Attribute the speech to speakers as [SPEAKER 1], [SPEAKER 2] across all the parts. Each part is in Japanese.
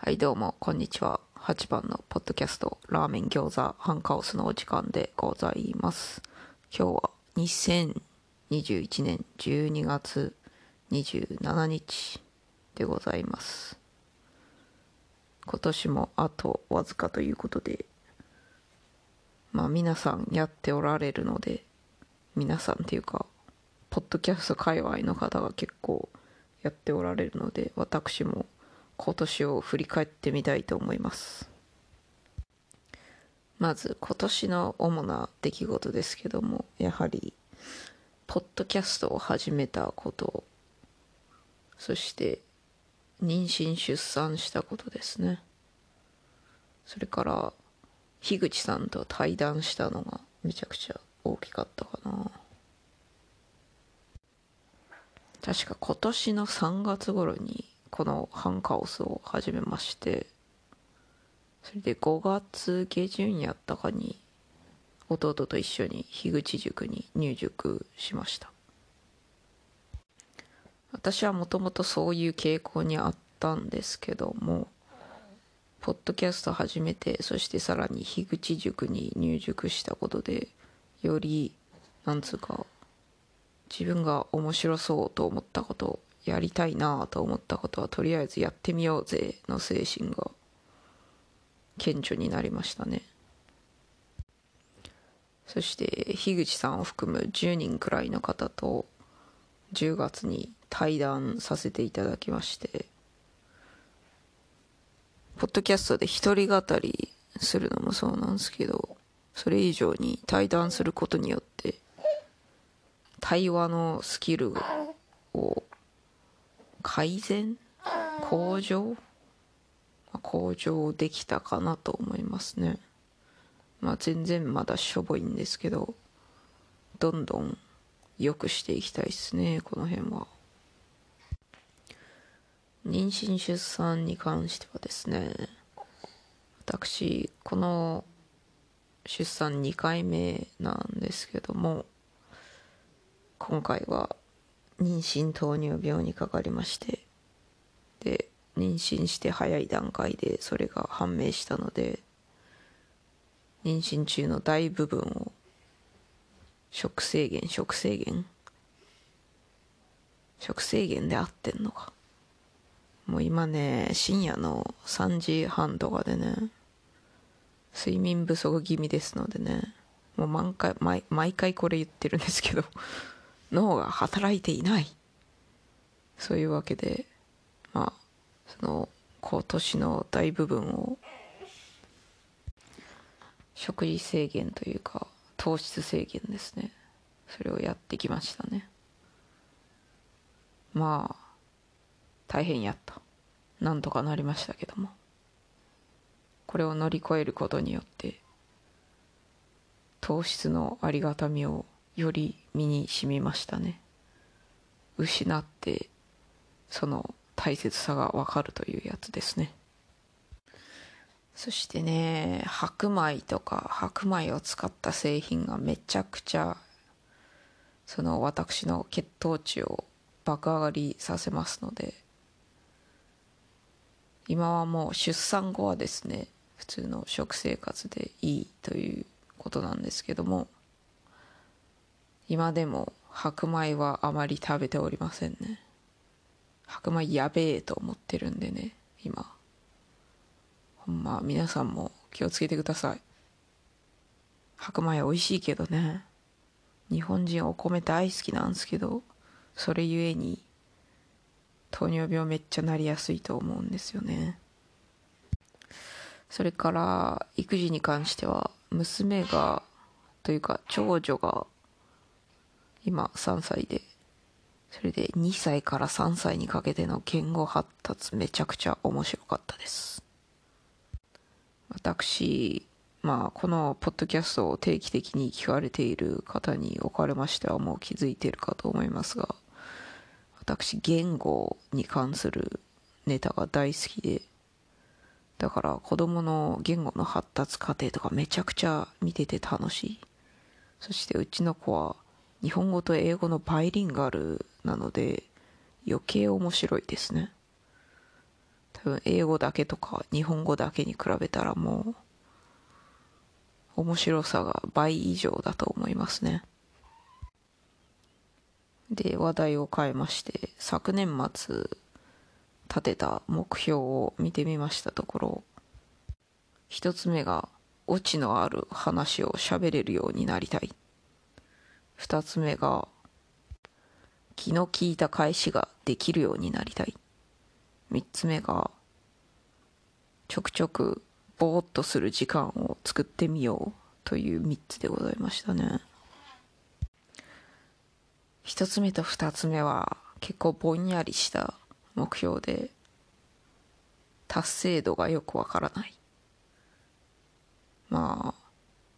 [SPEAKER 1] はいどうもこんにちは。8番のポッドキャストラーメン餃子ハンカオスのお時間でございます。今日は2021年12月27日でございます。今年もあとわずかということで、皆さんやっておられるので、皆さんっていうかポッドキャスト界隈の方が結構やっておられるので、私も今年を振り返ってみたいと思います。まず今年の主な出来事ですけども、やはりポッドキャストを始めたこと、そして妊娠出産したことですね。それから樋口さんと対談したのがめちゃくちゃ大きかったかな。確か今年の3月頃にこのハンカオスを始めまして、それで5月下旬やったかに弟と一緒に樋口塾に入塾しました。私はもともとそういう傾向にあったんですけども、ポッドキャスト始めて、そしてさらに樋口塾に入塾したことで、よりなんつうか自分が面白そうと思ったこと、やりたいなと思ったことはとりあえずやってみようぜの精神が顕著になりましたね。そして樋口さんを含む10人くらいの方と10月に対談させていただきまして、ポッドキャストで一人語りするのもそうなんですけど、それ以上に対談することによって対話のスキルを改善向上できたかなと思いますね。全然まだしょぼいんですけど、どんどん良くしていきたいですね、この辺は。妊娠出産に関してはですね、私この出産2回目なんですけども、今回は妊娠糖尿病にかかりまして、で妊娠して早い段階でそれが判明したので、妊娠中の大部分を食制限で合ってんのか、もう今ね深夜の3時半とかでね、睡眠不足気味ですのでね、もう毎回これ言ってるんですけど脳が働いていない、そういうわけで、その今年の大部分を食事制限というか糖質制限ですね、それをやってきましたね。大変やった。なんとかなりましたけども、これを乗り越えることによって糖質のありがたみをより身に染みましたね。失ってその大切さが分かるというやつですね。そしてね、白米とか白米を使った製品がめちゃくちゃ私の血糖値を爆上がりさせますので、今はもう出産後はですね、普通の食生活でいいということなんですけども、今でも白米はあまり食べておりませんね。白米やべえと思ってるんでね、今ほんま皆さんも気をつけてください。白米美味しいけどね、日本人お米大好きなんですけど、それゆえに糖尿病めっちゃなりやすいと思うんですよね。それから育児に関しては、娘がというか長女が今3歳で、それで2歳から3歳にかけての言語発達めちゃくちゃ面白かったです。私このポッドキャストを定期的に聞かれている方におかれましてはもう気づいているかと思いますが、私言語に関するネタが大好きで、だから子供の言語の発達過程とかめちゃくちゃ見てて楽しい。そしてうちの子は日本語と英語のバイリンガルなので余計面白いですね。 多分英語だけとか日本語だけに比べたらもう面白さが倍以上だと思いますね。で、話題を変えまして、昨年末立てた目標を見てみましたところ、一つ目がオチのある話を喋れるようになりたい。二つ目が気の利いた返しができるようになりたい。三つ目がちょくちょくぼーっとする時間を作ってみようという三つでございましたね。一つ目と二つ目は結構ぼんやりした目標で、達成度がよくわからない。まあ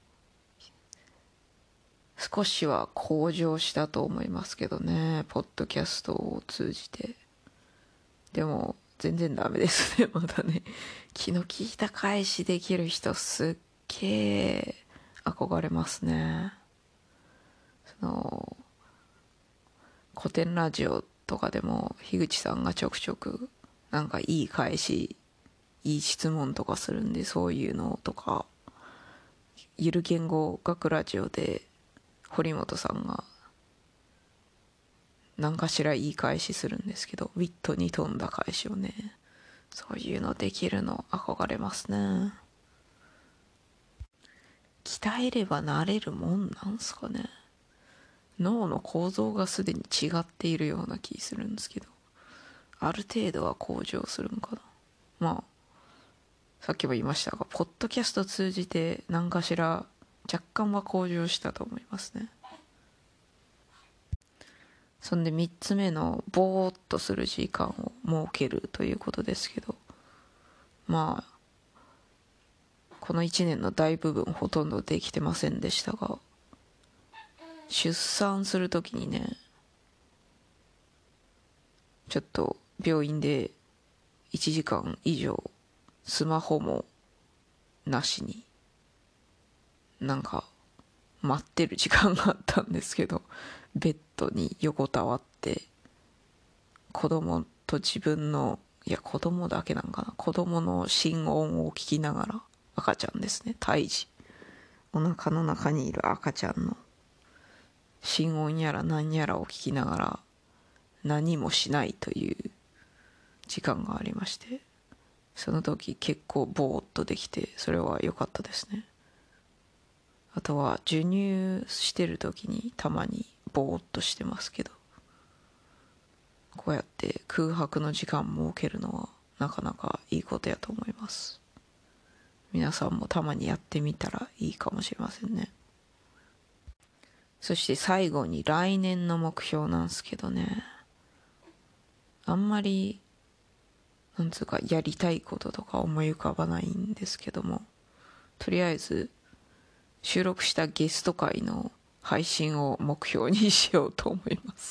[SPEAKER 1] 少しは向上したと思いますけどね、ポッドキャストを通じて。でも全然ダメですね、まだね。気の利いた返しできる人すっげえ憧れますね。古典ラジオとかでも樋口さんがちょくちょくなんかいい返し、いい質問とかするんで、そういうのとか、ゆる言語学ラジオで堀本さんが何かしらいい返しするんですけど、ウィットに富んだ返しをね、そういうのできるの憧れますね。鍛えればなれるもんなんすかね。脳の構造がすでに違っているような気するんですけど、ある程度は向上するんかな。まあさっきも言いましたが、ポッドキャスト通じて何かしら若干は向上したと思いますね。そんで3つ目のぼーっとする時間を設けるということですけど、まあこの1年の大部分ほとんどできてませんでしたが、出産するときにね、ちょっと病院で1時間以上スマホもなしになんか待ってる時間があったんですけど、ベッドに横たわって子供と自分の、いや子供だけなんかな、子供の心音を聞きながら、赤ちゃんですね、胎児、お腹の中にいる赤ちゃんの心音やら何やらを聞きながら何もしないという時間がありまして、その時結構ぼーっとできて、それは良かったですね。あとは授乳してる時にたまにぼーっとしてますけど、こうやって空白の時間設けるのはなかなかいいことやと思います。皆さんもたまにやってみたらいいかもしれませんね。そして最後に来年の目標なんですけどね、あんまりなんつうかやりたいこととか思い浮かばないんですけども、とりあえず収録したゲスト会の配信を目標にしようと思います。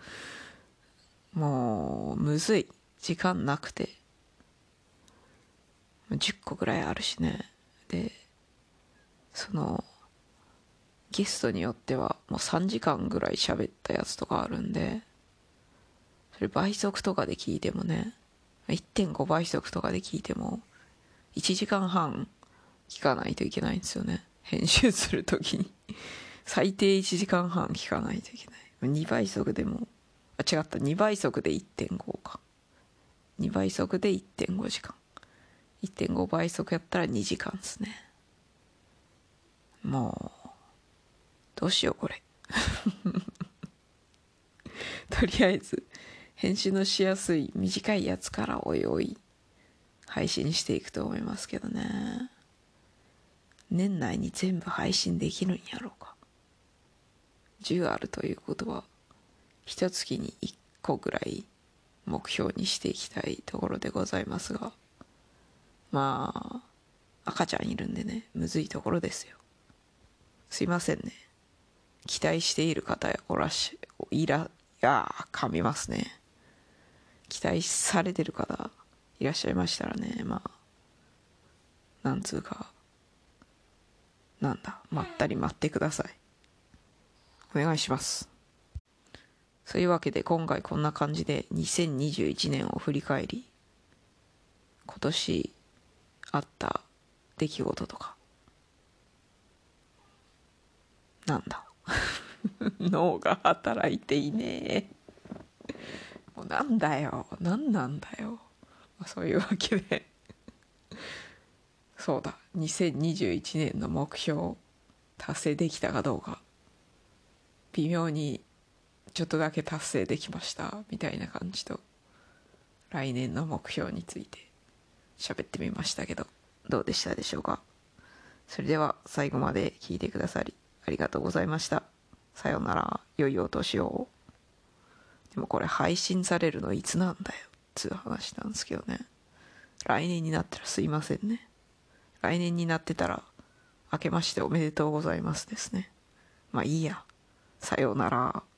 [SPEAKER 1] もうむずい、時間なくて、10個ぐらいあるしね。でそのゲストによってはもう3時間ぐらい喋ったやつとかあるんで、それ倍速とかで聞いてもね、1.5 倍速とかで聞いても1時間半聞かないといけないんですよね、編集するときに。最低1時間半聞かないといけない。2倍速でも、違った、2倍速で 1.5 か、2倍速で 1.5 時間、1.5 倍速やったら2時間ですね。もうどうしようこれ。とりあえず編集のしやすい短いやつからおいおい配信していくと思いますけどね。年内に全部配信できるんやろうか。10あるということは一月に1個ぐらい目標にしていきたいところでございますが、まあ赤ちゃんいるんでね、むずいところですよ。すいませんね、期待している方や噛みますね。期待されてる方いらっしゃいましたらね、まあなんつうか、なんだ、まったり待ってください。お願いします。そういうわけで今回こんな感じで2021年を振り返り、 今年あった出来事とか。なんだ脳が働いていねえ。もうなんだよ、なんなんだよ。そういうわけでそうだ、2021年の目標達成できたかどうか、微妙にちょっとだけ達成できましたみたいな感じと、来年の目標について喋ってみましたけど、どうでしたでしょうか。それでは最後まで聞いてくださりありがとうございました。さようなら、良いお年を。でもこれ配信されるのいつなんだよつう話なんですけどね。来年になったらすいませんね。来年になってたら明けましておめでとうございますですね。まあいいや。さようなら。